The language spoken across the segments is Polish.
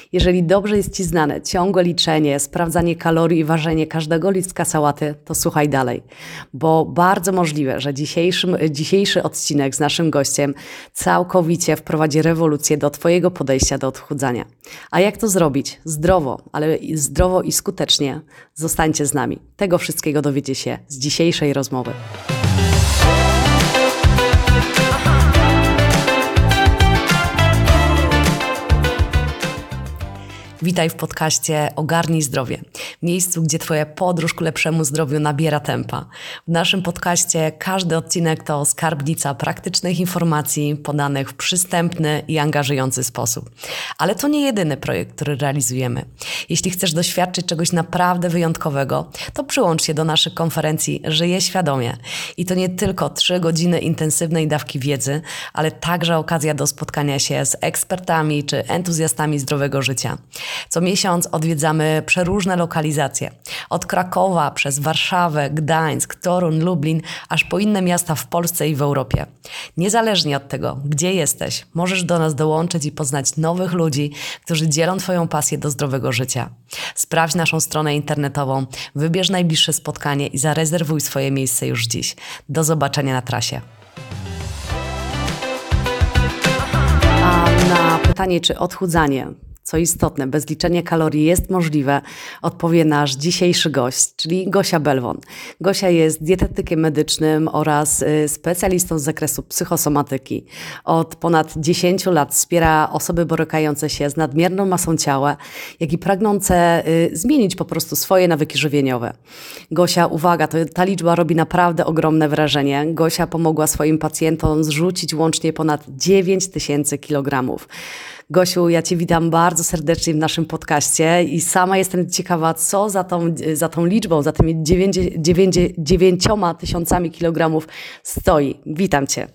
Jeżeli dobrze jest Ci znane ciągłe liczenie, sprawdzanie kalorii i ważenie każdego listka sałaty, to słuchaj dalej, bo bardzo możliwe, że dzisiejszy odcinek z naszym gościem całkowicie wprowadzi rewolucję do Twojego podejścia do odchudzania. A jak to zrobić? Zdrowo, ale zdrowo i skutecznie. Zostańcie z nami. Tego wszystkiego dowiecie się z dzisiejszej rozmowy. Witaj w podcaście Ogarnij Zdrowie, miejscu, gdzie Twoja podróż ku lepszemu zdrowiu nabiera tempa. W naszym podcaście każdy odcinek to skarbnica praktycznych informacji podanych w przystępny i angażujący sposób. Ale to nie jedyny projekt, który realizujemy. Jeśli chcesz doświadczyć czegoś naprawdę wyjątkowego, to przyłącz się do naszych konferencji Żyję Świadomie. I to nie tylko 3 godziny intensywnej dawki wiedzy, ale także okazja do spotkania się z ekspertami czy entuzjastami zdrowego życia. Co miesiąc odwiedzamy przeróżne lokalizacje. Od Krakowa przez Warszawę, Gdańsk, Toruń, Lublin, aż po inne miasta w Polsce i w Europie. Niezależnie od tego, gdzie jesteś, możesz do nas dołączyć i poznać nowych ludzi, którzy dzielą Twoją pasję do zdrowego życia. Sprawdź naszą stronę internetową, wybierz najbliższe spotkanie i zarezerwuj swoje miejsce już dziś. Do zobaczenia na trasie. A na pytanie, czy odchudzanie, co istotne, bez liczenia kalorii jest możliwe, odpowie nasz dzisiejszy gość, czyli Gosia Belwon. Gosia jest dietetykiem medycznym oraz specjalistą z zakresu psychosomatyki. Od ponad 10 lat wspiera osoby borykające się z nadmierną masą ciała, jak i pragnące zmienić po prostu swoje nawyki żywieniowe. Gosia, uwaga, ta liczba robi naprawdę ogromne wrażenie. Gosia pomogła swoim pacjentom zrzucić łącznie ponad 9000 kilogramów. Gosiu, ja Cię witam bardzo serdecznie w naszym podcaście i sama jestem ciekawa, co za tą liczbą, za tymi 9000 kilogramów stoi. Witam Cię.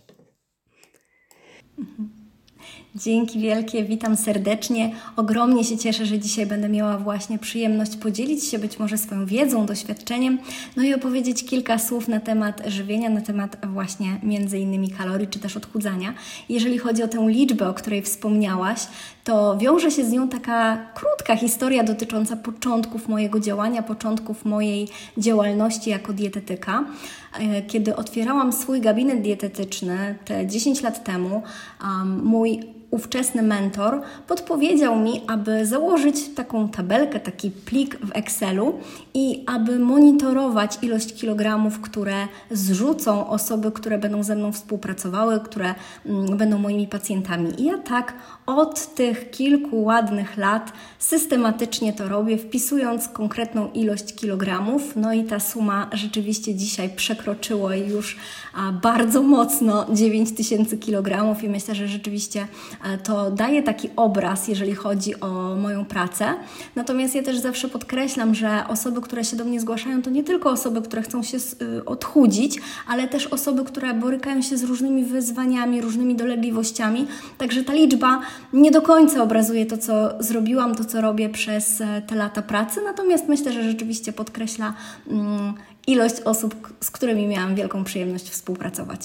Dzięki wielkie, witam serdecznie. Ogromnie się cieszę, że dzisiaj będę miała właśnie przyjemność podzielić się być może swoją wiedzą, doświadczeniem, no i opowiedzieć kilka słów na temat żywienia, na temat właśnie między innymi kalorii, czy też odchudzania. Jeżeli chodzi o tę liczbę, o której wspomniałaś, to wiąże się z nią taka krótka historia dotycząca początków mojego działania, początków mojej działalności jako dietetyka. Kiedy otwierałam swój gabinet dietetyczny te 10 lat temu, mój ówczesny mentor podpowiedział mi, aby założyć taką tabelkę, taki plik w Excelu i aby monitorować ilość kilogramów, które zrzucą osoby, które będą ze mną współpracowały, które będą moimi pacjentami. I ja tak od tych kilku ładnych lat systematycznie to robię, wpisując konkretną ilość kilogramów. No i ta suma rzeczywiście dzisiaj przekroczyła już bardzo mocno 9000 kilogramów i myślę, że rzeczywiście to daje taki obraz, jeżeli chodzi o moją pracę. Natomiast ja też zawsze podkreślam, że osoby, które się do mnie zgłaszają, to nie tylko osoby, które chcą się odchudzić, ale też osoby, które borykają się z różnymi wyzwaniami, różnymi dolegliwościami. Także ta liczba nie do końca obrazuje to, co zrobiłam, to, co robię przez te lata pracy. Natomiast myślę, że rzeczywiście podkreśla ilość osób, z którymi miałam wielką przyjemność współpracować.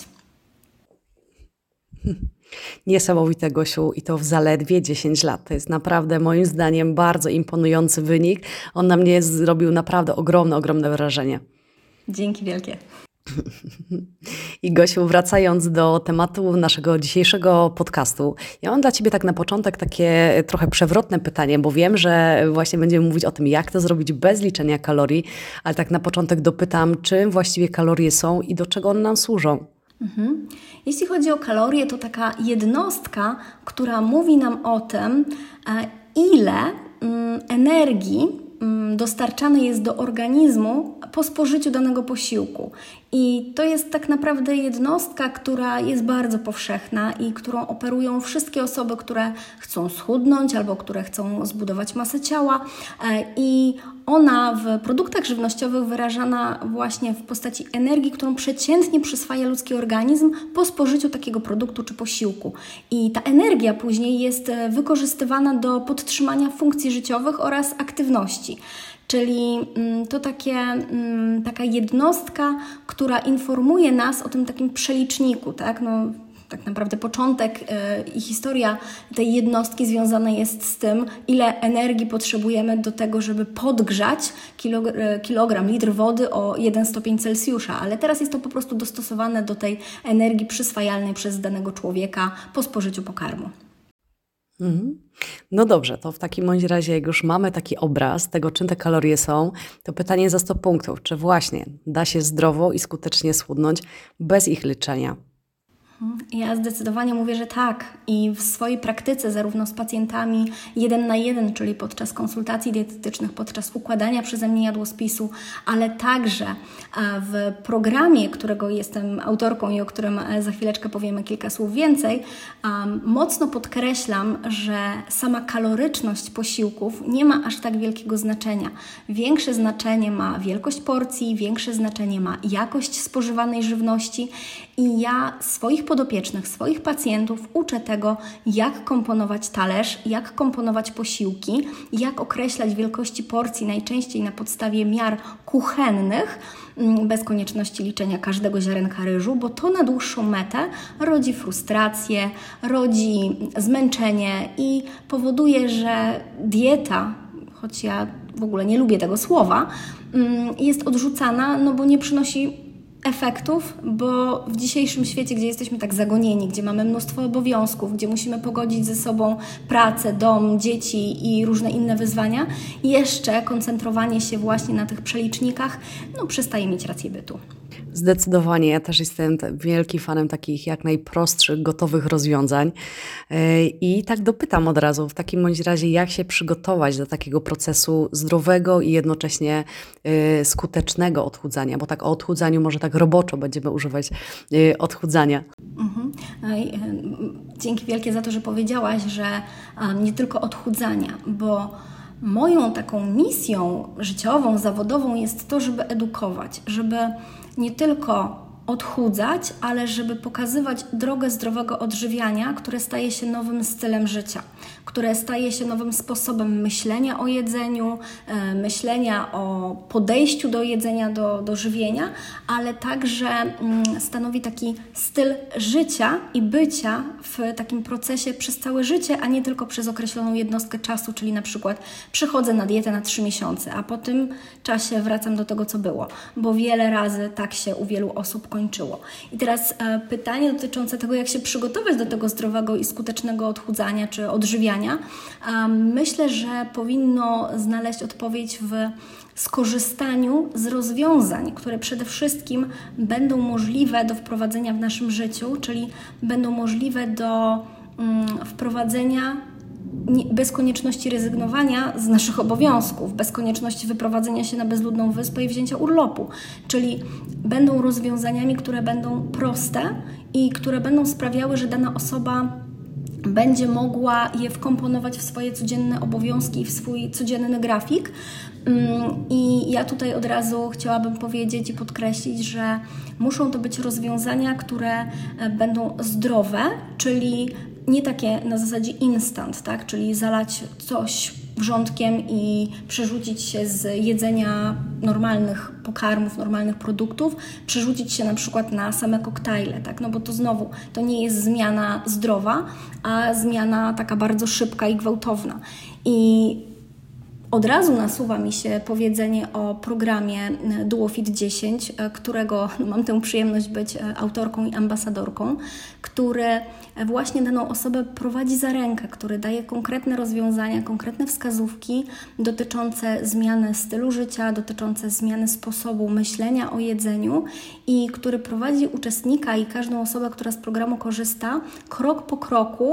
Niesamowite, Gosiu, i to w zaledwie 10 lat. To jest naprawdę moim zdaniem bardzo imponujący wynik. On na mnie zrobił naprawdę ogromne wrażenie. Dzięki wielkie. I Gosiu, wracając do tematu naszego dzisiejszego podcastu, ja mam dla Ciebie tak na początek takie trochę przewrotne pytanie, bo wiem, że właśnie będziemy mówić o tym, jak to zrobić bez liczenia kalorii, ale tak na początek dopytam, czym właściwie kalorie są i do czego one nam służą? Jeśli chodzi o kalorie, to taka jednostka, która mówi nam o tym, ile energii dostarczane jest do organizmu po spożyciu danego posiłku. I to jest tak naprawdę jednostka, która jest bardzo powszechna i którą operują wszystkie osoby, które chcą schudnąć albo które chcą zbudować masę ciała. I ona w produktach żywnościowych wyrażana właśnie w postaci energii, którą przeciętnie przyswaja ludzki organizm po spożyciu takiego produktu czy posiłku. I ta energia później jest wykorzystywana do podtrzymania funkcji życiowych oraz aktywności. Czyli to taka jednostka, która informuje nas o tym takim przeliczniku, tak? No, tak naprawdę początek i historia tej jednostki związana jest z tym, ile energii potrzebujemy do tego, żeby podgrzać litr wody o 1 stopień Celsjusza, ale teraz jest to po prostu dostosowane do tej energii przyswajalnej przez danego człowieka po spożyciu pokarmu. No dobrze, to w takim bądź razie, jak już mamy taki obraz tego, czym te kalorie są, to pytanie za 100 punktów. Czy właśnie da się zdrowo i skutecznie schudnąć bez ich liczenia? Ja zdecydowanie mówię, że tak. I w swojej praktyce, zarówno z pacjentami 1 na 1, czyli podczas konsultacji dietetycznych, podczas układania przeze mnie jadłospisu, ale także w programie, którego jestem autorką i o którym za chwileczkę powiemy kilka słów więcej, mocno podkreślam, że sama kaloryczność posiłków nie ma aż tak wielkiego znaczenia. Większe znaczenie ma wielkość porcji, większe znaczenie ma jakość spożywanej żywności i ja swoich podopiecznych, swoich pacjentów uczę tego, jak komponować talerz, jak komponować posiłki, jak określać wielkości porcji, najczęściej na podstawie miar kuchennych, bez konieczności liczenia każdego ziarenka ryżu, bo to na dłuższą metę rodzi frustrację, rodzi zmęczenie i powoduje, że dieta, choć ja w ogóle nie lubię tego słowa, jest odrzucana, no bo nie przynosi efektów, bo w dzisiejszym świecie, gdzie jesteśmy tak zagonieni, gdzie mamy mnóstwo obowiązków, gdzie musimy pogodzić ze sobą pracę, dom, dzieci i różne inne wyzwania, jeszcze koncentrowanie się właśnie na tych przelicznikach przestaje mieć rację bytu. Zdecydowanie, ja też jestem wielkim fanem takich jak najprostszych, gotowych rozwiązań i tak dopytam od razu, w takim bądź razie, jak się przygotować do takiego procesu zdrowego i jednocześnie skutecznego odchudzania, bo tak o odchudzaniu może tak roboczo będziemy używać odchudzania. Dzięki wielkie za to, że powiedziałaś, że nie tylko odchudzania, bo moją taką misją życiową, zawodową jest to, żeby edukować, żeby nie tylko odchudzać, ale żeby pokazywać drogę zdrowego odżywiania, które staje się nowym stylem życia, które staje się nowym sposobem myślenia o jedzeniu, myślenia o podejściu do jedzenia, do żywienia, ale także stanowi taki styl życia i bycia w takim procesie przez całe życie, a nie tylko przez określoną jednostkę czasu, czyli na przykład przychodzę na dietę na 3 miesiące, a po tym czasie wracam do tego, co było, bo wiele razy tak się u wielu osób kończyło. I teraz pytanie dotyczące tego, jak się przygotować do tego zdrowego i skutecznego odchudzania czy odżywiania, myślę, że powinno znaleźć odpowiedź w skorzystaniu z rozwiązań, które przede wszystkim będą możliwe do wprowadzenia w naszym życiu, czyli będą możliwe do wprowadzenia bez konieczności rezygnowania z naszych obowiązków, bez konieczności wyprowadzenia się na bezludną wyspę i wzięcia urlopu. Czyli będą rozwiązaniami, które będą proste i które będą sprawiały, że dana osoba będzie mogła je wkomponować w swoje codzienne obowiązki, w swój codzienny grafik. I ja tutaj od razu chciałabym powiedzieć i podkreślić, że muszą to być rozwiązania, które będą zdrowe, czyli nie takie na zasadzie instant, tak? Czyli zalać coś wrzątkiem i przerzucić się z jedzenia normalnych pokarmów, normalnych produktów, przerzucić się na przykład na same koktajle, tak? No bo to znowu, to nie jest zmiana zdrowa, a zmiana taka bardzo szybka i gwałtowna. I od razu nasuwa mi się powiedzenie o programie DuoFit 10, którego mam tę przyjemność być autorką i ambasadorką, który właśnie daną osobę prowadzi za rękę, który daje konkretne rozwiązania, konkretne wskazówki dotyczące zmiany stylu życia, dotyczące zmiany sposobu myślenia o jedzeniu i który prowadzi uczestnika i każdą osobę, która z programu korzysta, krok po kroku,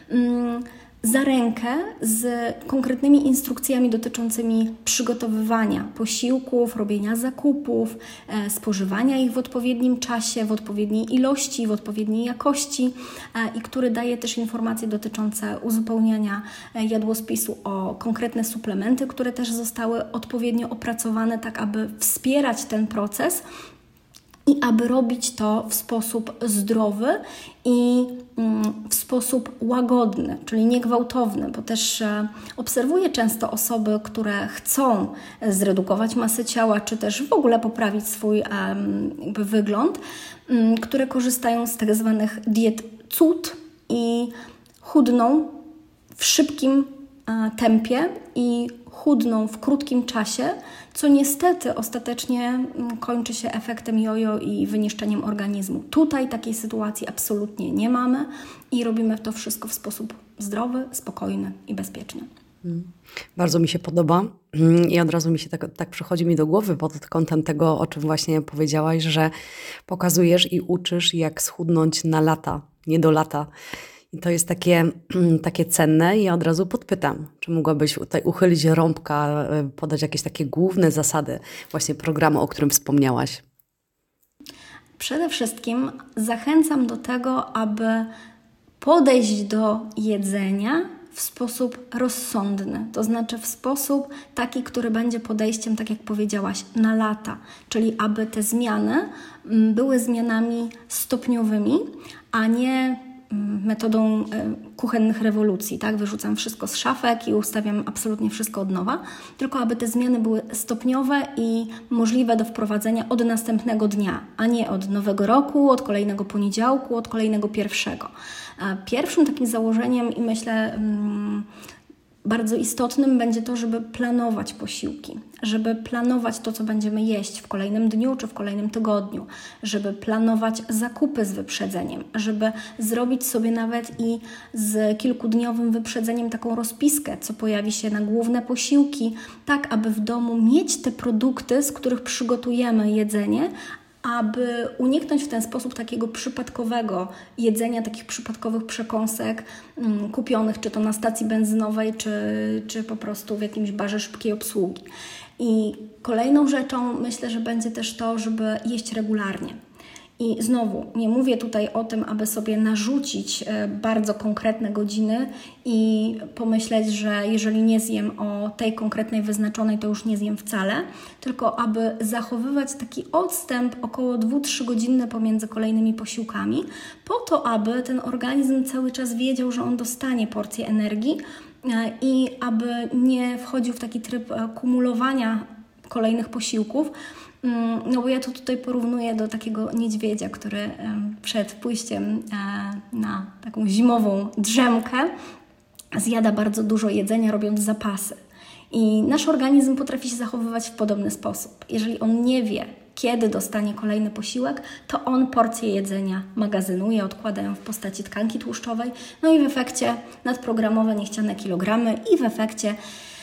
za rękę z konkretnymi instrukcjami dotyczącymi przygotowywania posiłków, robienia zakupów, spożywania ich w odpowiednim czasie, w odpowiedniej ilości, w odpowiedniej jakości i który daje też informacje dotyczące uzupełniania jadłospisu o konkretne suplementy, które też zostały odpowiednio opracowane, tak aby wspierać ten proces. i aby robić to w sposób zdrowy i w sposób łagodny, czyli niegwałtowny, bo też obserwuję często osoby, które chcą zredukować masę ciała, czy też w ogóle poprawić swój wygląd, które korzystają z tak zwanych diet cud i chudną w szybkim tempie i chudną w krótkim czasie, co niestety ostatecznie kończy się efektem jojo i wyniszczeniem organizmu. Tutaj takiej sytuacji absolutnie nie mamy i robimy to wszystko w sposób zdrowy, spokojny i bezpieczny. Bardzo mi się podoba i od razu mi się tak przychodzi mi do głowy pod kątem tego, o czym właśnie powiedziałaś, że pokazujesz i uczysz, jak schudnąć na lata, nie do lata. I to jest takie cenne i ja od razu podpytam, czy mogłabyś tutaj uchylić rąbka, podać jakieś takie główne zasady właśnie programu, o którym wspomniałaś? Przede wszystkim zachęcam do tego, aby podejść do jedzenia w sposób rozsądny, to znaczy w sposób taki, który będzie podejściem, tak jak powiedziałaś, na lata, czyli aby te zmiany były zmianami stopniowymi, a nie metodą kuchennych rewolucji, tak? Wyrzucam wszystko z szafek i ustawiam absolutnie wszystko od nowa, tylko aby te zmiany były stopniowe i możliwe do wprowadzenia od następnego dnia, a nie od nowego roku, od kolejnego poniedziałku, od kolejnego pierwszego. Pierwszym takim założeniem i myślę bardzo istotnym będzie to, żeby planować posiłki, żeby planować to, co będziemy jeść w kolejnym dniu czy w kolejnym tygodniu, żeby planować zakupy z wyprzedzeniem, żeby zrobić sobie nawet i z kilkudniowym wyprzedzeniem taką rozpiskę, co pojawi się na główne posiłki, tak aby w domu mieć te produkty, z których przygotujemy jedzenie, aby uniknąć w ten sposób takiego przypadkowego jedzenia, takich przypadkowych przekąsek kupionych, czy to na stacji benzynowej, czy po prostu w jakimś barze szybkiej obsługi. I kolejną rzeczą myślę, że będzie też to, żeby jeść regularnie. I znowu, nie mówię tutaj o tym, aby sobie narzucić bardzo konkretne godziny i pomyśleć, że jeżeli nie zjem o tej konkretnej wyznaczonej, to już nie zjem wcale, tylko aby zachowywać taki odstęp około 2-3 godzinny pomiędzy kolejnymi posiłkami, po to, aby ten organizm cały czas wiedział, że on dostanie porcję energii i aby nie wchodził w taki tryb kumulowania kolejnych posiłków. No bo ja to tutaj porównuję do takiego niedźwiedzia, który przed pójściem na taką zimową drzemkę zjada bardzo dużo jedzenia, robiąc zapasy. I nasz organizm potrafi się zachowywać w podobny sposób. Jeżeli on nie wie, kiedy dostanie kolejny posiłek, to on porcję jedzenia magazynuje, odkłada ją w postaci tkanki tłuszczowej, no i w efekcie nadprogramowe niechciane kilogramy i w efekcie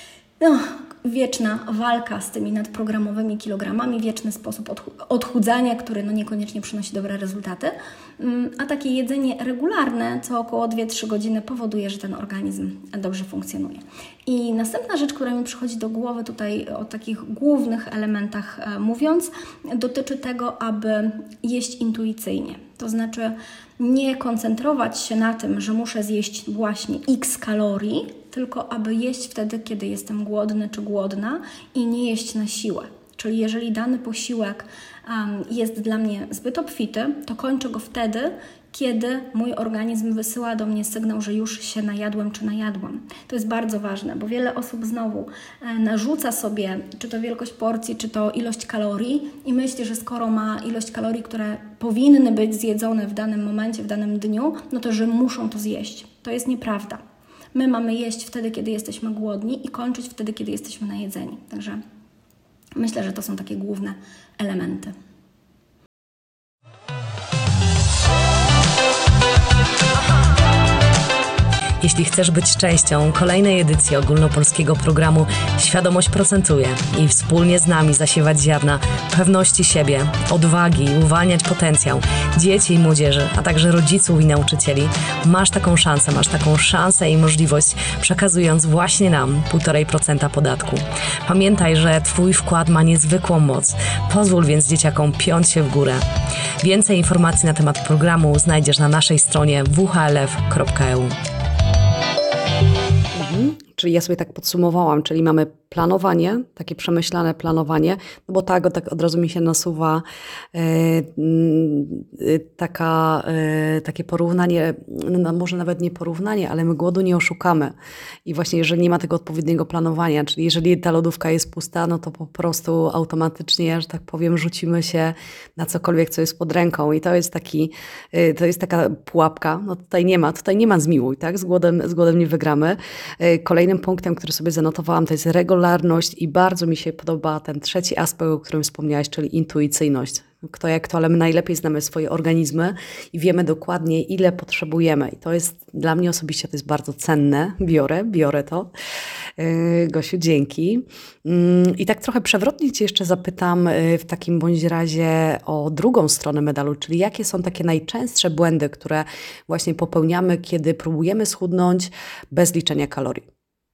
wieczna walka z tymi nadprogramowymi kilogramami, wieczny sposób odchudzania, który niekoniecznie przynosi dobre rezultaty, a takie jedzenie regularne co około 2-3 godziny powoduje, że ten organizm dobrze funkcjonuje. I następna rzecz, która mi przychodzi do głowy tutaj o takich głównych elementach mówiąc, dotyczy tego, aby jeść intuicyjnie. To znaczy nie koncentrować się na tym, że muszę zjeść właśnie x kalorii, tylko aby jeść wtedy, kiedy jestem głodny czy głodna i nie jeść na siłę. Czyli jeżeli dany posiłek jest dla mnie zbyt obfity, to kończę go wtedy, kiedy mój organizm wysyła do mnie sygnał, że już się najadłem czy najadłam. To jest bardzo ważne, bo wiele osób znowu narzuca sobie czy to wielkość porcji, czy to ilość kalorii i myśli, że skoro ma ilość kalorii, które powinny być zjedzone w danym momencie, w danym dniu, no to że muszą to zjeść. To jest nieprawda. My mamy jeść wtedy, kiedy jesteśmy głodni i kończyć wtedy, kiedy jesteśmy najedzeni. Także myślę, że to są takie główne elementy. Jeśli chcesz być częścią kolejnej edycji ogólnopolskiego programu Świadomość procentuje i wspólnie z nami zasiewać ziarna pewności siebie, odwagi i uwalniać potencjał dzieci i młodzieży, a także rodziców i nauczycieli, masz taką szansę i możliwość, przekazując właśnie nam 1,5% podatku. Pamiętaj, że Twój wkład ma niezwykłą moc. Pozwól więc dzieciakom piąć się w górę. Więcej informacji na temat programu znajdziesz na naszej stronie whlf.eu. Czyli ja sobie tak podsumowałam, czyli mamy planowanie, takie przemyślane planowanie, no bo tak od razu mi się nasuwa takie porównanie, no może nawet nie porównanie, ale my głodu nie oszukamy. I właśnie jeżeli nie ma tego odpowiedniego planowania, czyli jeżeli ta lodówka jest pusta, no to po prostu automatycznie, że tak powiem, rzucimy się na cokolwiek, co jest pod ręką. I to jest taka pułapka. No tutaj nie ma zmiłuj, tak? Z głodem nie wygramy. Kolejnym punktem, który sobie zanotowałam, to jest regularność i bardzo mi się podoba ten trzeci aspekt, o którym wspomniałaś, czyli intuicyjność. Kto jak to, ale my najlepiej znamy swoje organizmy i wiemy dokładnie, ile potrzebujemy. I to jest dla mnie osobiście to jest bardzo cenne. Biorę to. Gosiu, dzięki. I tak trochę przewrotnie Cię jeszcze zapytam w takim bądź razie o drugą stronę medalu, czyli jakie są takie najczęstsze błędy, które właśnie popełniamy, kiedy próbujemy schudnąć bez liczenia kalorii?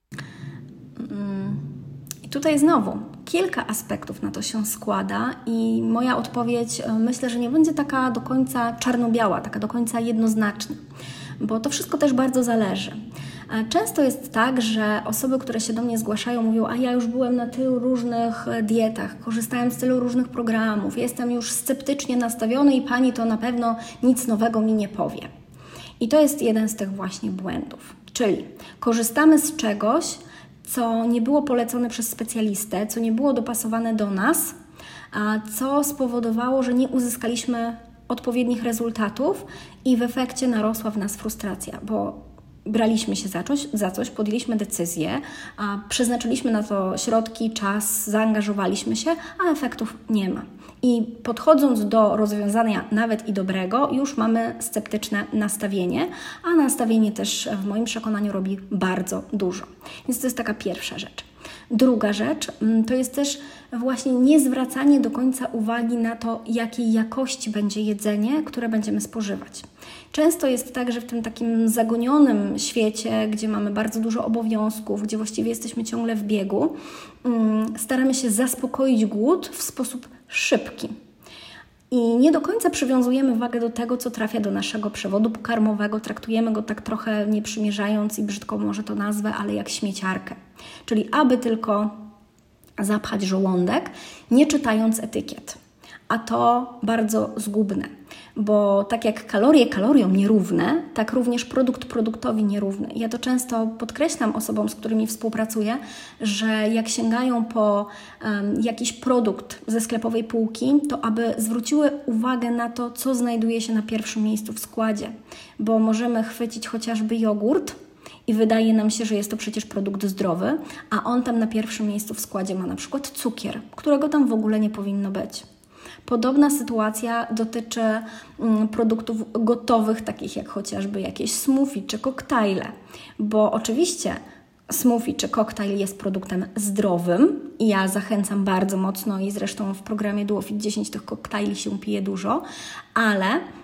I tutaj znowu kilka aspektów na to się składa i moja odpowiedź myślę, że nie będzie taka do końca czarno-biała, taka do końca jednoznaczna, bo to wszystko też bardzo zależy. Często jest tak, że osoby, które się do mnie zgłaszają, mówią: a ja już byłem na tylu różnych dietach, korzystałem z tylu różnych programów, jestem już sceptycznie nastawiony i Pani to na pewno nic nowego mi nie powie. I to jest jeden z tych właśnie błędów, czyli korzystamy z czegoś, co nie było polecone przez specjalistę, co nie było dopasowane do nas, a co spowodowało, że nie uzyskaliśmy odpowiednich rezultatów i w efekcie narosła w nas frustracja, bo braliśmy się za coś, podjęliśmy decyzję, a przeznaczyliśmy na to środki, czas, zaangażowaliśmy się, a efektów nie ma. I podchodząc do rozwiązania nawet i dobrego, już mamy sceptyczne nastawienie, a nastawienie też w moim przekonaniu robi bardzo dużo. Więc to jest taka pierwsza rzecz. Druga rzecz to jest też właśnie niezwracanie do końca uwagi na to, jakiej jakości będzie jedzenie, które będziemy spożywać. Często jest tak, że w tym takim zagonionym świecie, gdzie mamy bardzo dużo obowiązków, gdzie właściwie jesteśmy ciągle w biegu, staramy się zaspokoić głód w sposób szybki. I nie do końca przywiązujemy wagę do tego, co trafia do naszego przewodu pokarmowego. Traktujemy go tak trochę nie przymierzając i brzydko może to nazwę, ale jak śmieciarkę. Czyli aby tylko zapchać żołądek, nie czytając etykiet. A to bardzo zgubne, bo tak jak kalorie kaloriom nierówne, tak również produkt produktowi nierówny. Ja to często podkreślam osobom, z którymi współpracuję, że jak sięgają po jakiś produkt ze sklepowej półki, to aby zwróciły uwagę na to, co znajduje się na pierwszym miejscu w składzie, bo możemy chwycić chociażby jogurt i wydaje nam się, że jest to przecież produkt zdrowy, a on tam na pierwszym miejscu w składzie ma na przykład cukier, którego tam w ogóle nie powinno być. Podobna sytuacja dotyczy produktów gotowych, takich jak chociażby jakieś smoothie czy koktajle, bo oczywiście smoothie czy koktajl jest produktem zdrowym i ja zachęcam bardzo mocno i zresztą w programie Duofit 10 tych koktajli się pije dużo, ale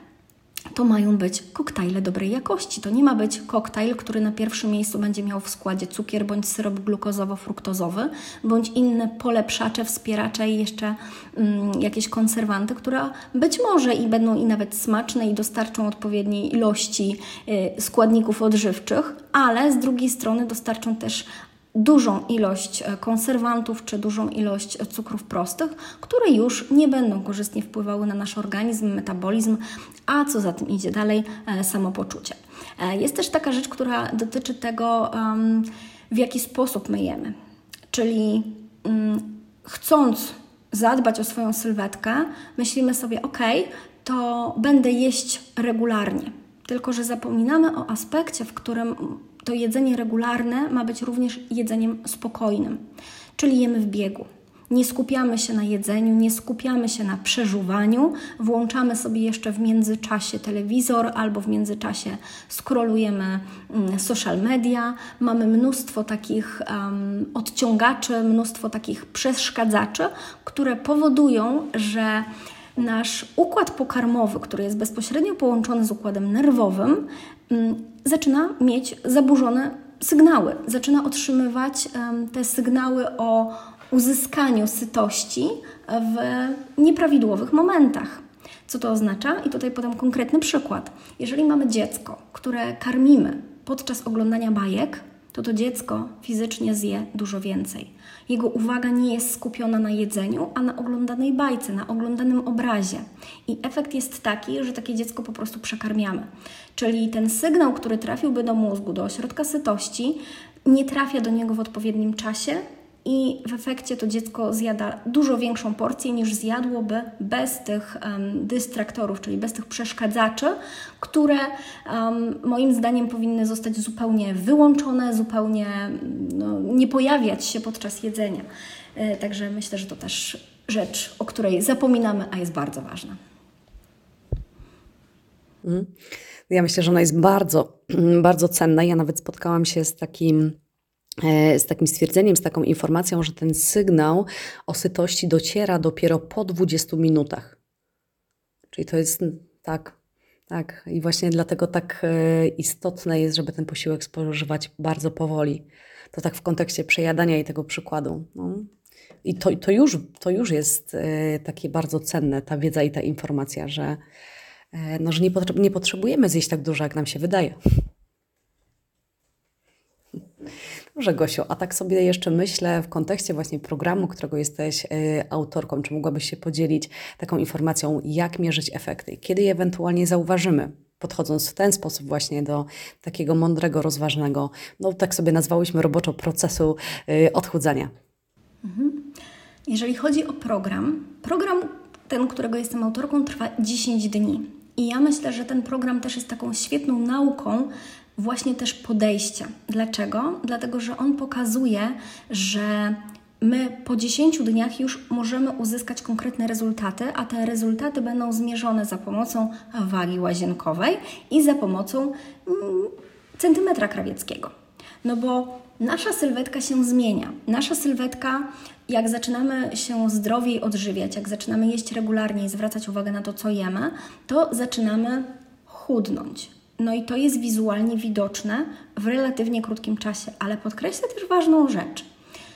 to mają być koktajle dobrej jakości. To nie ma być koktajl, który na pierwszym miejscu będzie miał w składzie cukier bądź syrop glukozowo-fruktozowy, bądź inne polepszacze, wspieracze i jeszcze jakieś konserwanty, które być może i będą i nawet smaczne i dostarczą odpowiedniej ilości składników odżywczych, ale z drugiej strony dostarczą też dużą ilość konserwantów czy dużą ilość cukrów prostych, które już nie będą korzystnie wpływały na nasz organizm, metabolizm, a co za tym idzie dalej, samopoczucie. Jest też taka rzecz, która dotyczy tego, w jaki sposób my jemy. Czyli chcąc zadbać o swoją sylwetkę, myślimy sobie, to będę jeść regularnie. Tylko że zapominamy o aspekcie, w którym to jedzenie regularne ma być również jedzeniem spokojnym, czyli jemy w biegu. Nie skupiamy się na jedzeniu, nie skupiamy się na przeżuwaniu, włączamy sobie jeszcze w międzyczasie telewizor albo w międzyczasie scrollujemy social media. Mamy mnóstwo takich odciągaczy, mnóstwo takich przeszkadzaczy, które powodują, że nasz układ pokarmowy, który jest bezpośrednio połączony z układem nerwowym, zaczyna mieć zaburzone sygnały. Zaczyna otrzymywać te sygnały o uzyskaniu sytości w nieprawidłowych momentach. Co to oznacza? I tutaj podam konkretny przykład. Jeżeli mamy dziecko, które karmimy podczas oglądania bajek, to dziecko fizycznie zje dużo więcej. Jego uwaga nie jest skupiona na jedzeniu, a na oglądanej bajce, na oglądanym obrazie. I efekt jest taki, że takie dziecko po prostu przekarmiamy. Czyli ten sygnał, który trafiłby do mózgu, do ośrodka sytości, nie trafia do niego w odpowiednim czasie i w efekcie to dziecko zjada dużo większą porcję niż zjadłoby bez tych dystraktorów, czyli bez tych przeszkadzaczy, które moim zdaniem powinny zostać zupełnie wyłączone, zupełnie nie pojawiać się podczas jedzenia. Także myślę, że to też rzecz, o której zapominamy, a jest bardzo ważna. Ja myślę, że ona jest bardzo, bardzo cenna. Ja nawet spotkałam się z takim stwierdzeniem, z taką informacją, że ten sygnał o sytości dociera dopiero po 20 minutach. Czyli to jest tak. I właśnie dlatego tak istotne jest, żeby ten posiłek spożywać bardzo powoli. To tak w kontekście przejadania i tego przykładu. No. I to już jest takie bardzo cenne, ta wiedza i ta informacja, że nie potrzebujemy zjeść tak dużo, jak nam się wydaje. Dobrze, Gosiu, a tak sobie jeszcze myślę w kontekście właśnie programu, którego jesteś autorką, czy mogłabyś się podzielić taką informacją, jak mierzyć efekty, kiedy je ewentualnie zauważymy, podchodząc w ten sposób właśnie do takiego mądrego, rozważnego, tak sobie nazwałyśmy roboczo procesu odchudzania. Jeżeli chodzi o program ten, którego jestem autorką, trwa 10 dni. I ja myślę, że ten program też jest taką świetną nauką właśnie też podejścia. Dlaczego? Dlatego, że on pokazuje, że my po 10 dniach już możemy uzyskać konkretne rezultaty, a te rezultaty będą zmierzone za pomocą wagi łazienkowej i za pomocą centymetra krawieckiego. No bo nasza sylwetka się zmienia. Nasza sylwetka, jak zaczynamy się zdrowiej odżywiać, jak zaczynamy jeść regularnie i zwracać uwagę na to, co jemy, to zaczynamy chudnąć. No i to jest wizualnie widoczne w relatywnie krótkim czasie, ale podkreślę też ważną rzecz.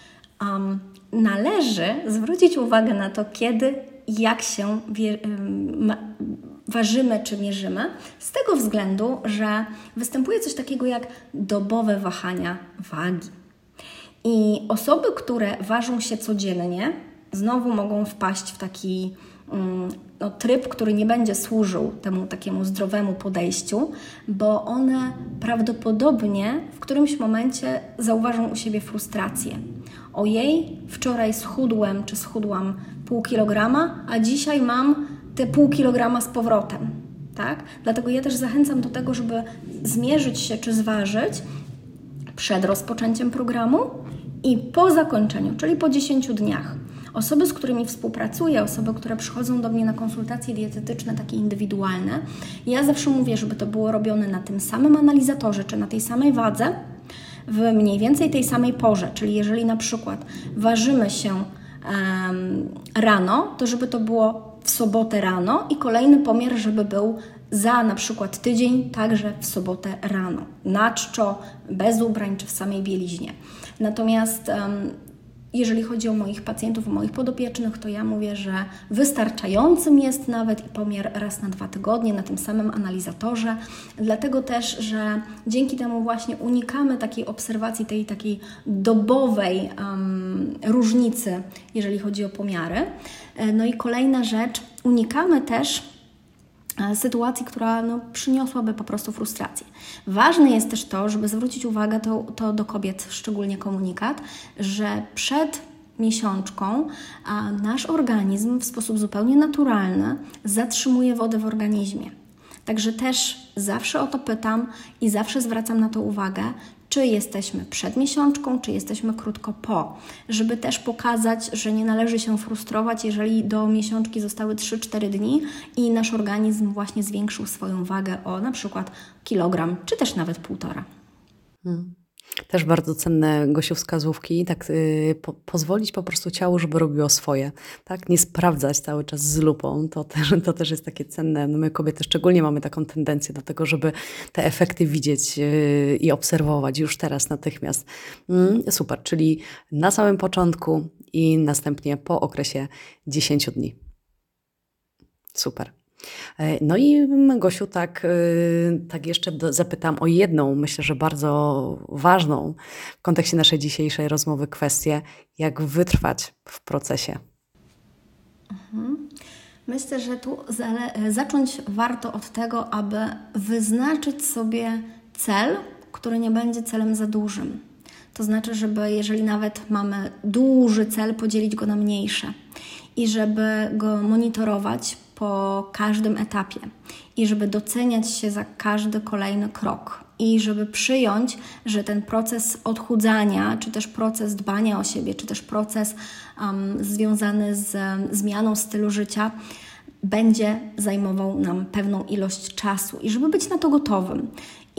Należy zwrócić uwagę na to, kiedy i jak się ważymy czy mierzymy, z tego względu, że występuje coś takiego jak dobowe wahania wagi. I osoby, które ważą się codziennie, znowu mogą wpaść w taki tryb, który nie będzie służył temu takiemu zdrowemu podejściu, bo one prawdopodobnie w którymś momencie zauważą u siebie frustrację. Ojej, wczoraj schudłem czy schudłam pół kilograma, a dzisiaj mam te pół kilograma z powrotem. Tak? Dlatego ja też zachęcam do tego, żeby zmierzyć się czy zważyć przed rozpoczęciem programu i po zakończeniu, czyli po 10 dniach. Osoby, z którymi współpracuję, osoby, które przychodzą do mnie na konsultacje dietetyczne, takie indywidualne, ja zawsze mówię, żeby to było robione na tym samym analizatorze, czy na tej samej wadze, w mniej więcej tej samej porze. Czyli jeżeli na przykład ważymy się rano, to żeby to było w sobotę rano i kolejny pomiar, żeby był za na przykład tydzień, także w sobotę rano. Na czczo, bez ubrań, czy w samej bieliźnie. Natomiast jeżeli chodzi o moich pacjentów, o moich podopiecznych, to ja mówię, że wystarczającym jest nawet i pomiar raz na 2 tygodnie na tym samym analizatorze. Dlatego też, że dzięki temu właśnie unikamy takiej obserwacji, tej takiej dobowej różnicy, jeżeli chodzi o pomiary. No i kolejna rzecz, unikamy też sytuacji, która przyniosłaby po prostu frustrację. Ważne jest też to, żeby zwrócić uwagę, to do kobiet szczególnie komunikat, że przed miesiączką nasz organizm w sposób zupełnie naturalny zatrzymuje wodę w organizmie. Także też zawsze o to pytam i zawsze zwracam na to uwagę, czy jesteśmy przed miesiączką, czy jesteśmy krótko po, żeby też pokazać, że nie należy się frustrować, jeżeli do miesiączki zostały 3-4 dni i nasz organizm właśnie zwiększył swoją wagę o na przykład kilogram, czy też nawet 1,5. Też bardzo cenne, Gosiu, wskazówki, tak pozwolić po prostu ciału, żeby robiło swoje, tak? Nie sprawdzać cały czas z lupą, to też jest takie cenne. My kobiety szczególnie mamy taką tendencję do tego, żeby te efekty widzieć i obserwować już teraz natychmiast. Super, czyli na samym początku i następnie po okresie 10 dni. Super. No i Gosiu, tak jeszcze zapytam o jedną, myślę, że bardzo ważną w kontekście naszej dzisiejszej rozmowy kwestię, jak wytrwać w procesie. Myślę, że tu zacząć warto od tego, aby wyznaczyć sobie cel, który nie będzie celem za dużym. To znaczy, żeby jeżeli nawet mamy duży cel, podzielić go na mniejsze i żeby go monitorować po każdym etapie i żeby doceniać się za każdy kolejny krok i żeby przyjąć, że ten proces odchudzania, czy też proces dbania o siebie, czy też proces związany z zmianą stylu życia będzie zajmował nam pewną ilość czasu i żeby być na to gotowym.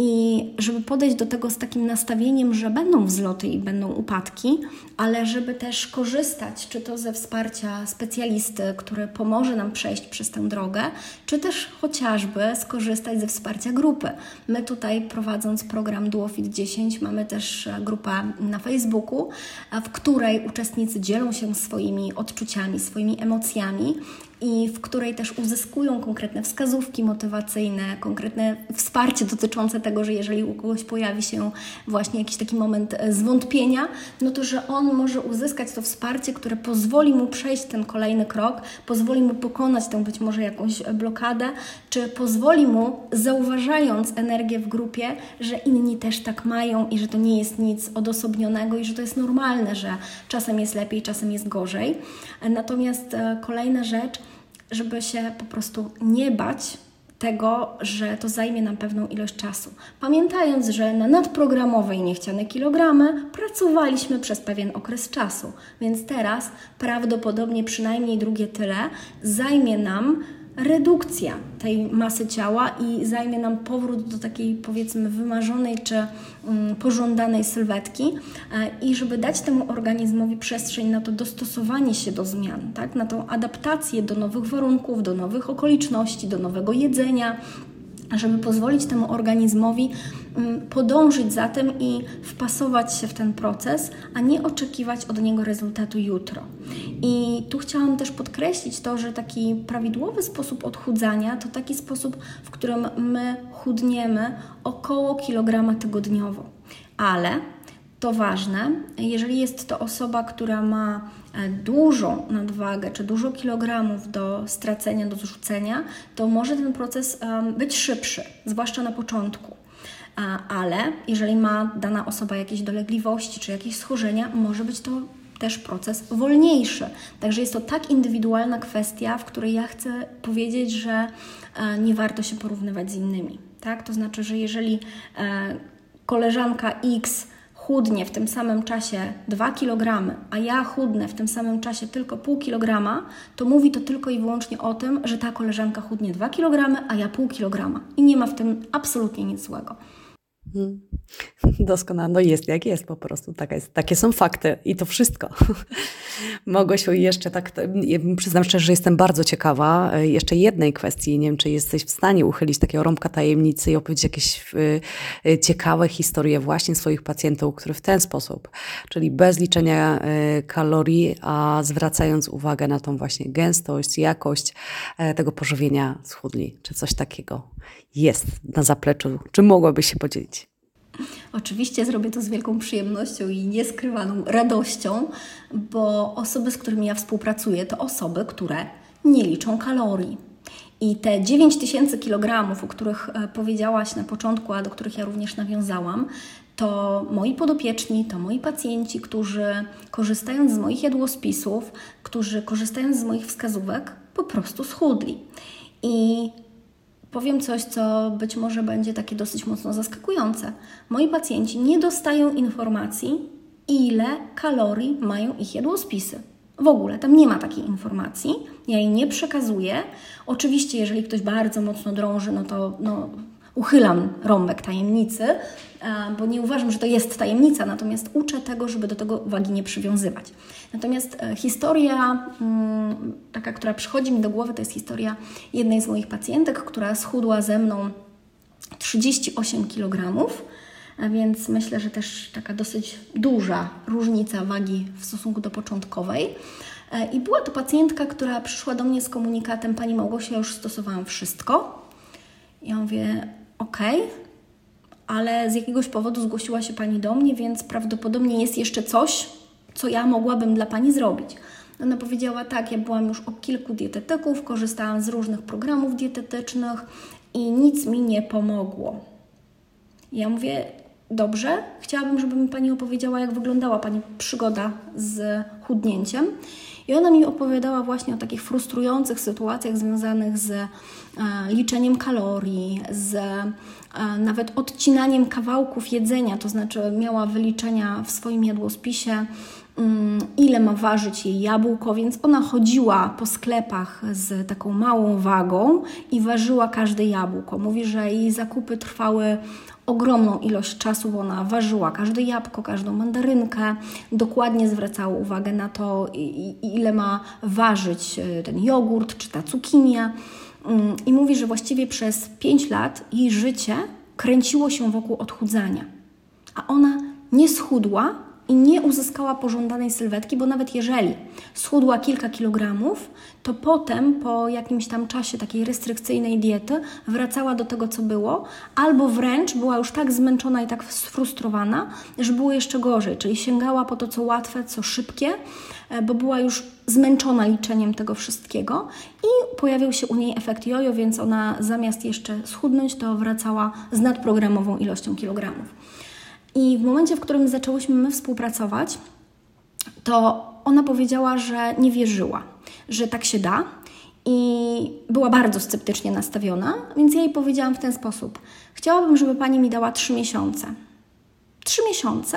I żeby podejść do tego z takim nastawieniem, że będą wzloty i będą upadki, ale żeby też korzystać czy to ze wsparcia specjalisty, który pomoże nam przejść przez tę drogę, czy też chociażby skorzystać ze wsparcia grupy. My tutaj prowadząc program DuoFit 10 mamy też grupę na Facebooku, w której uczestnicy dzielą się swoimi odczuciami, swoimi emocjami i w której też uzyskują konkretne wskazówki motywacyjne, konkretne wsparcie dotyczące tego, że jeżeli u kogoś pojawi się właśnie jakiś taki moment zwątpienia, no to że on może uzyskać to wsparcie, które pozwoli mu przejść ten kolejny krok, pozwoli mu pokonać tę być może jakąś blokadę, czy pozwoli mu, zauważając energię w grupie, że inni też tak mają i że to nie jest nic odosobnionego i że to jest normalne, że czasem jest lepiej, czasem jest gorzej. Natomiast kolejna rzecz, żeby się po prostu nie bać tego, że to zajmie nam pewną ilość czasu. Pamiętając, że na nadprogramowej niechciane kilogramy pracowaliśmy przez pewien okres czasu, więc teraz prawdopodobnie przynajmniej drugie tyle zajmie nam redukcja tej masy ciała i zajmie nam powrót do takiej powiedzmy wymarzonej czy pożądanej sylwetki i żeby dać temu organizmowi przestrzeń na to dostosowanie się do zmian, tak? Na tą adaptację do nowych warunków, do nowych okoliczności, do nowego jedzenia, żeby pozwolić temu organizmowi podążyć za tym i wpasować się w ten proces, a nie oczekiwać od niego rezultatu jutro. I tu chciałam też podkreślić to, że taki prawidłowy sposób odchudzania to taki sposób, w którym my chudniemy około kilograma tygodniowo. Ale to ważne, jeżeli jest to osoba, która ma dużą nadwagę, czy dużo kilogramów do stracenia, do zrzucenia, to może ten proces być szybszy, zwłaszcza na początku. Ale jeżeli ma dana osoba jakieś dolegliwości, czy jakieś schorzenia, może być to też proces wolniejszy. Także jest to tak indywidualna kwestia, w której ja chcę powiedzieć, że nie warto się porównywać z innymi. Tak? To znaczy, że jeżeli koleżanka X chudnie w tym samym czasie 2 kg, a ja chudnę w tym samym czasie tylko pół kilograma, to mówi to tylko i wyłącznie o tym, że ta koleżanka chudnie 2 kg, a ja pół kilograma. I nie ma w tym absolutnie nic złego. Doskonale, no jest jak jest po prostu, takie są fakty i to wszystko. Małgosiu, jeszcze przyznam szczerze, że jestem bardzo ciekawa jeszcze jednej kwestii, nie wiem, czy jesteś w stanie uchylić takiego rąbka tajemnicy i opowiedzieć jakieś ciekawe historie właśnie swoich pacjentów, które w ten sposób, czyli bez liczenia kalorii, a zwracając uwagę na tą właśnie gęstość, jakość tego pożywienia schudli, czy coś takiego jest na zapleczu, czy mogłabyś się podzielić? Oczywiście zrobię to z wielką przyjemnością i nieskrywaną radością, bo osoby, z którymi ja współpracuję, to osoby, które nie liczą kalorii. I te 9000 kg, o których powiedziałaś na początku, a do których ja również nawiązałam, to moi podopieczni, to moi pacjenci, którzy korzystając z moich jadłospisów, którzy korzystając z moich wskazówek, po prostu schudli. I powiem coś, co być może będzie takie dosyć mocno zaskakujące. Moi pacjenci nie dostają informacji, ile kalorii mają ich jadłospisy. W ogóle tam nie ma takiej informacji, ja jej nie przekazuję. Oczywiście, jeżeli ktoś bardzo mocno drąży, no to uchylam rąbek tajemnicy, bo nie uważam, że to jest tajemnica, natomiast uczę tego, żeby do tego wagi nie przywiązywać. Natomiast historia taka, która przychodzi mi do głowy, to jest historia jednej z moich pacjentek, która schudła ze mną 38 kg, a więc myślę, że też taka dosyć duża różnica wagi w stosunku do początkowej. I była to pacjentka, która przyszła do mnie z komunikatem: Pani Małgosia, ja już stosowałam wszystko. Ja mówię: okej, ale z jakiegoś powodu zgłosiła się Pani do mnie, więc prawdopodobnie jest jeszcze coś, co ja mogłabym dla Pani zrobić. Ona powiedziała: tak, ja byłam już u kilku dietetyków, korzystałam z różnych programów dietetycznych i nic mi nie pomogło. Ja mówię: dobrze, chciałabym, żeby mi Pani opowiedziała, jak wyglądała Pani przygoda z chudnięciem. I ona mi opowiadała właśnie o takich frustrujących sytuacjach związanych z liczeniem kalorii, z nawet odcinaniem kawałków jedzenia, to znaczy miała wyliczenia w swoim jadłospisie, ile ma ważyć jej jabłko, więc ona chodziła po sklepach z taką małą wagą i ważyła każde jabłko. Mówi, że jej zakupy trwały ogromną ilość czasu, bo ona ważyła każde jabłko, każdą mandarynkę, dokładnie zwracała uwagę na to, ile ma ważyć ten jogurt czy ta cukinia. I mówi, że właściwie przez 5 lat jej życie kręciło się wokół odchudzania. A ona nie schudła i nie uzyskała pożądanej sylwetki, bo nawet jeżeli schudła kilka kilogramów, to potem po jakimś tam czasie takiej restrykcyjnej diety wracała do tego, co było, albo wręcz była już tak zmęczona i tak sfrustrowana, że było jeszcze gorzej, czyli sięgała po to, co łatwe, co szybkie, bo była już zmęczona liczeniem tego wszystkiego i pojawił się u niej efekt jojo, więc ona zamiast jeszcze schudnąć, to wracała z nadprogramową ilością kilogramów. I w momencie, w którym zaczęłyśmy my współpracować, to ona powiedziała, że nie wierzyła, że tak się da i była bardzo sceptycznie nastawiona, więc ja jej powiedziałam w ten sposób: chciałabym, żeby Pani mi dała 3 miesiące. 3 miesiące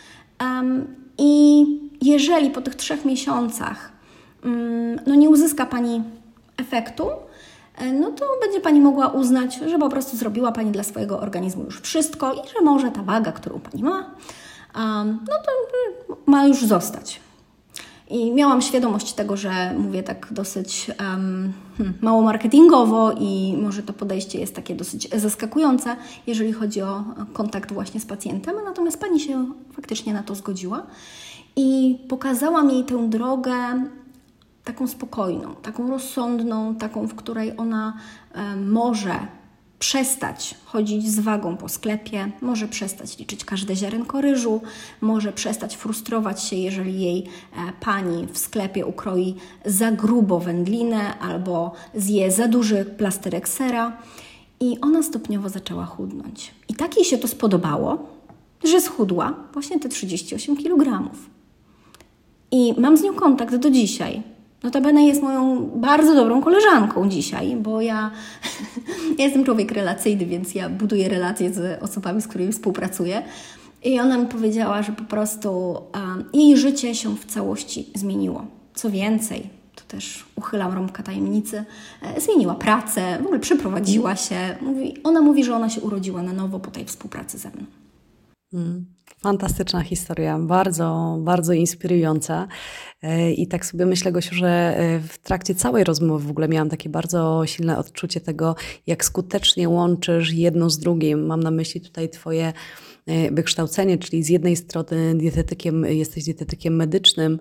i jeżeli po tych 3 miesiącach nie uzyska Pani efektu, no to będzie Pani mogła uznać, że po prostu zrobiła Pani dla swojego organizmu już wszystko i że może ta waga, którą Pani ma, no to ma już zostać. I miałam świadomość tego, że mówię tak dosyć mało marketingowo i może to podejście jest takie dosyć zaskakujące, jeżeli chodzi o kontakt właśnie z pacjentem, natomiast Pani się faktycznie na to zgodziła i pokazałam jej tę drogę taką spokojną, taką rozsądną, taką, w której ona może przestać chodzić z wagą po sklepie, może przestać liczyć każde ziarenko ryżu, może przestać frustrować się, jeżeli jej pani w sklepie ukroi za grubo wędlinę albo zje za duży plasterek sera. I ona stopniowo zaczęła chudnąć. I tak jej się to spodobało, że schudła właśnie te 38 kg. I mam z nią kontakt do dzisiaj. Notabene jest moją bardzo dobrą koleżanką dzisiaj, bo ja jestem człowiek relacyjny, więc ja buduję relacje z osobami, z którymi współpracuję. I ona mi powiedziała, że po prostu jej życie się w całości zmieniło. Co więcej, to też uchylam rąbka tajemnicy, zmieniła pracę, w ogóle przeprowadziła się. Ona mówi, że ona się urodziła na nowo po tej współpracy ze mną. Fantastyczna historia, bardzo, bardzo inspirująca. I tak sobie myślę, Gosiu, że w trakcie całej rozmowy w ogóle miałam takie bardzo silne odczucie tego, jak skutecznie łączysz jedno z drugim. Mam na myśli tutaj Twoje wykształcenie, czyli z jednej strony jesteś dietetykiem medycznym,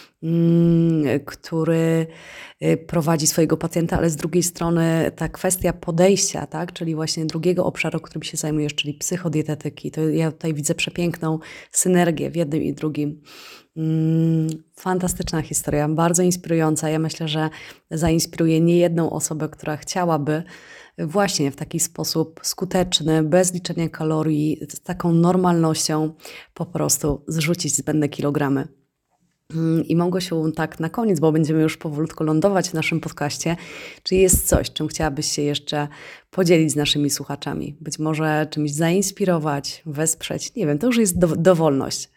który prowadzi swojego pacjenta, ale z drugiej strony ta kwestia podejścia, tak, czyli właśnie drugiego obszaru, którym się zajmujesz, czyli psychodietetyki, to ja tutaj widzę przepiękną synergię w jednym i drugim. Fantastyczna historia, bardzo inspirująca. Ja myślę, że zainspiruje niejedną osobę, która chciałaby właśnie w taki sposób skuteczny, bez liczenia kalorii, z taką normalnością po prostu zrzucić zbędne kilogramy. I Małgosiu, tak na koniec, bo będziemy już powolutku lądować w naszym podcaście, czy jest coś, czym chciałabyś się jeszcze podzielić z naszymi słuchaczami? Być może czymś zainspirować, wesprzeć, nie wiem, to już jest dowolność.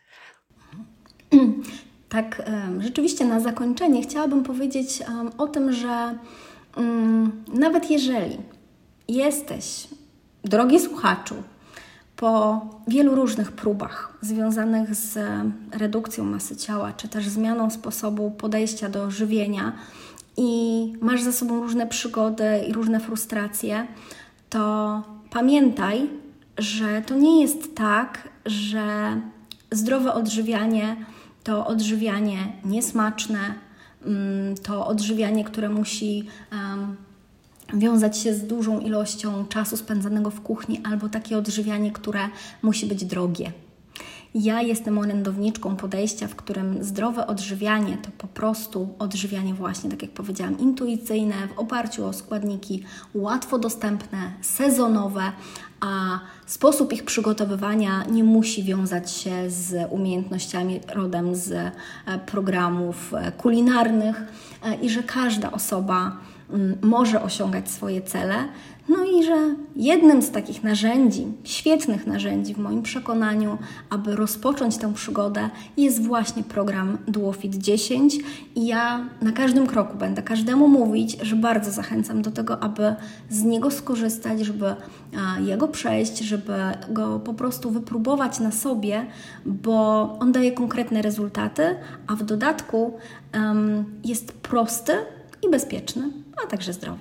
Tak, rzeczywiście na zakończenie chciałabym powiedzieć o tym, że nawet jeżeli jesteś, drogi słuchaczu, po wielu różnych próbach związanych z redukcją masy ciała, czy też zmianą sposobu podejścia do żywienia i masz za sobą różne przygody i różne frustracje, to pamiętaj, że to nie jest tak, że zdrowe odżywianie to odżywianie niesmaczne, to odżywianie, które musi wiązać się z dużą ilością czasu spędzanego w kuchni, albo takie odżywianie, które musi być drogie. Ja jestem orędowniczką podejścia, w którym zdrowe odżywianie to po prostu odżywianie właśnie, tak jak powiedziałam, intuicyjne, w oparciu o składniki łatwo dostępne, sezonowe, a sposób ich przygotowywania nie musi wiązać się z umiejętnościami rodem z programów kulinarnych i że każda osoba może osiągać swoje cele. No i że jednym z takich narzędzi, świetnych narzędzi w moim przekonaniu, aby rozpocząć tę przygodę, jest właśnie program DuoFit 10 i ja na każdym kroku będę każdemu mówić, że bardzo zachęcam do tego, aby z niego skorzystać, żeby jego przejść, żeby go po prostu wypróbować na sobie, bo on daje konkretne rezultaty, a w dodatku jest prosty i bezpieczny, a także zdrowy.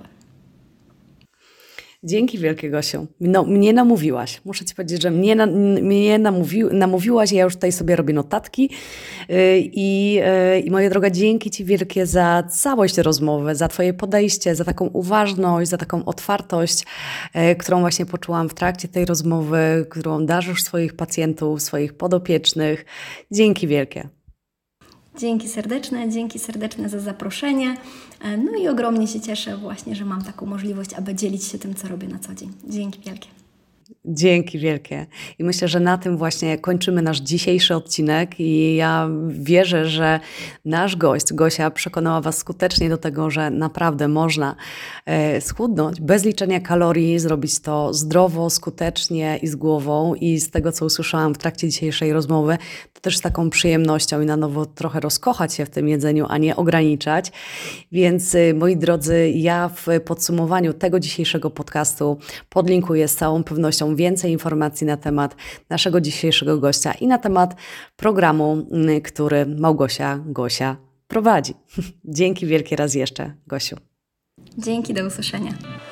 Dzięki wielkie, Gosiu. No, mnie namówiłaś. Muszę Ci powiedzieć, że mnie namówiłaś. Ja już tutaj sobie robię notatki. I moja droga, dzięki Ci wielkie za całość rozmowy, za Twoje podejście, za taką uważność, za taką otwartość, którą właśnie poczułam w trakcie tej rozmowy, którą darzysz swoich pacjentów, swoich podopiecznych. Dzięki wielkie. Dzięki serdeczne za zaproszenie. No i ogromnie się cieszę właśnie, że mam taką możliwość, aby dzielić się tym, co robię na co dzień. Dzięki wielkie. Dzięki wielkie. I myślę, że na tym właśnie kończymy nasz dzisiejszy odcinek i ja wierzę, że nasz gość, Gosia, przekonała Was skutecznie do tego, że naprawdę można schudnąć bez liczenia kalorii, zrobić to zdrowo, skutecznie i z głową. I z tego, co usłyszałam w trakcie dzisiejszej rozmowy, to też z taką przyjemnością i na nowo trochę rozkochać się w tym jedzeniu, a nie ograniczać. Więc moi drodzy, ja w podsumowaniu tego dzisiejszego podcastu podlinkuję z całą pewnością więcej informacji na temat naszego dzisiejszego gościa i na temat programu, który Gosia prowadzi. Dzięki wielkie raz jeszcze, Gosiu. Dzięki, do usłyszenia.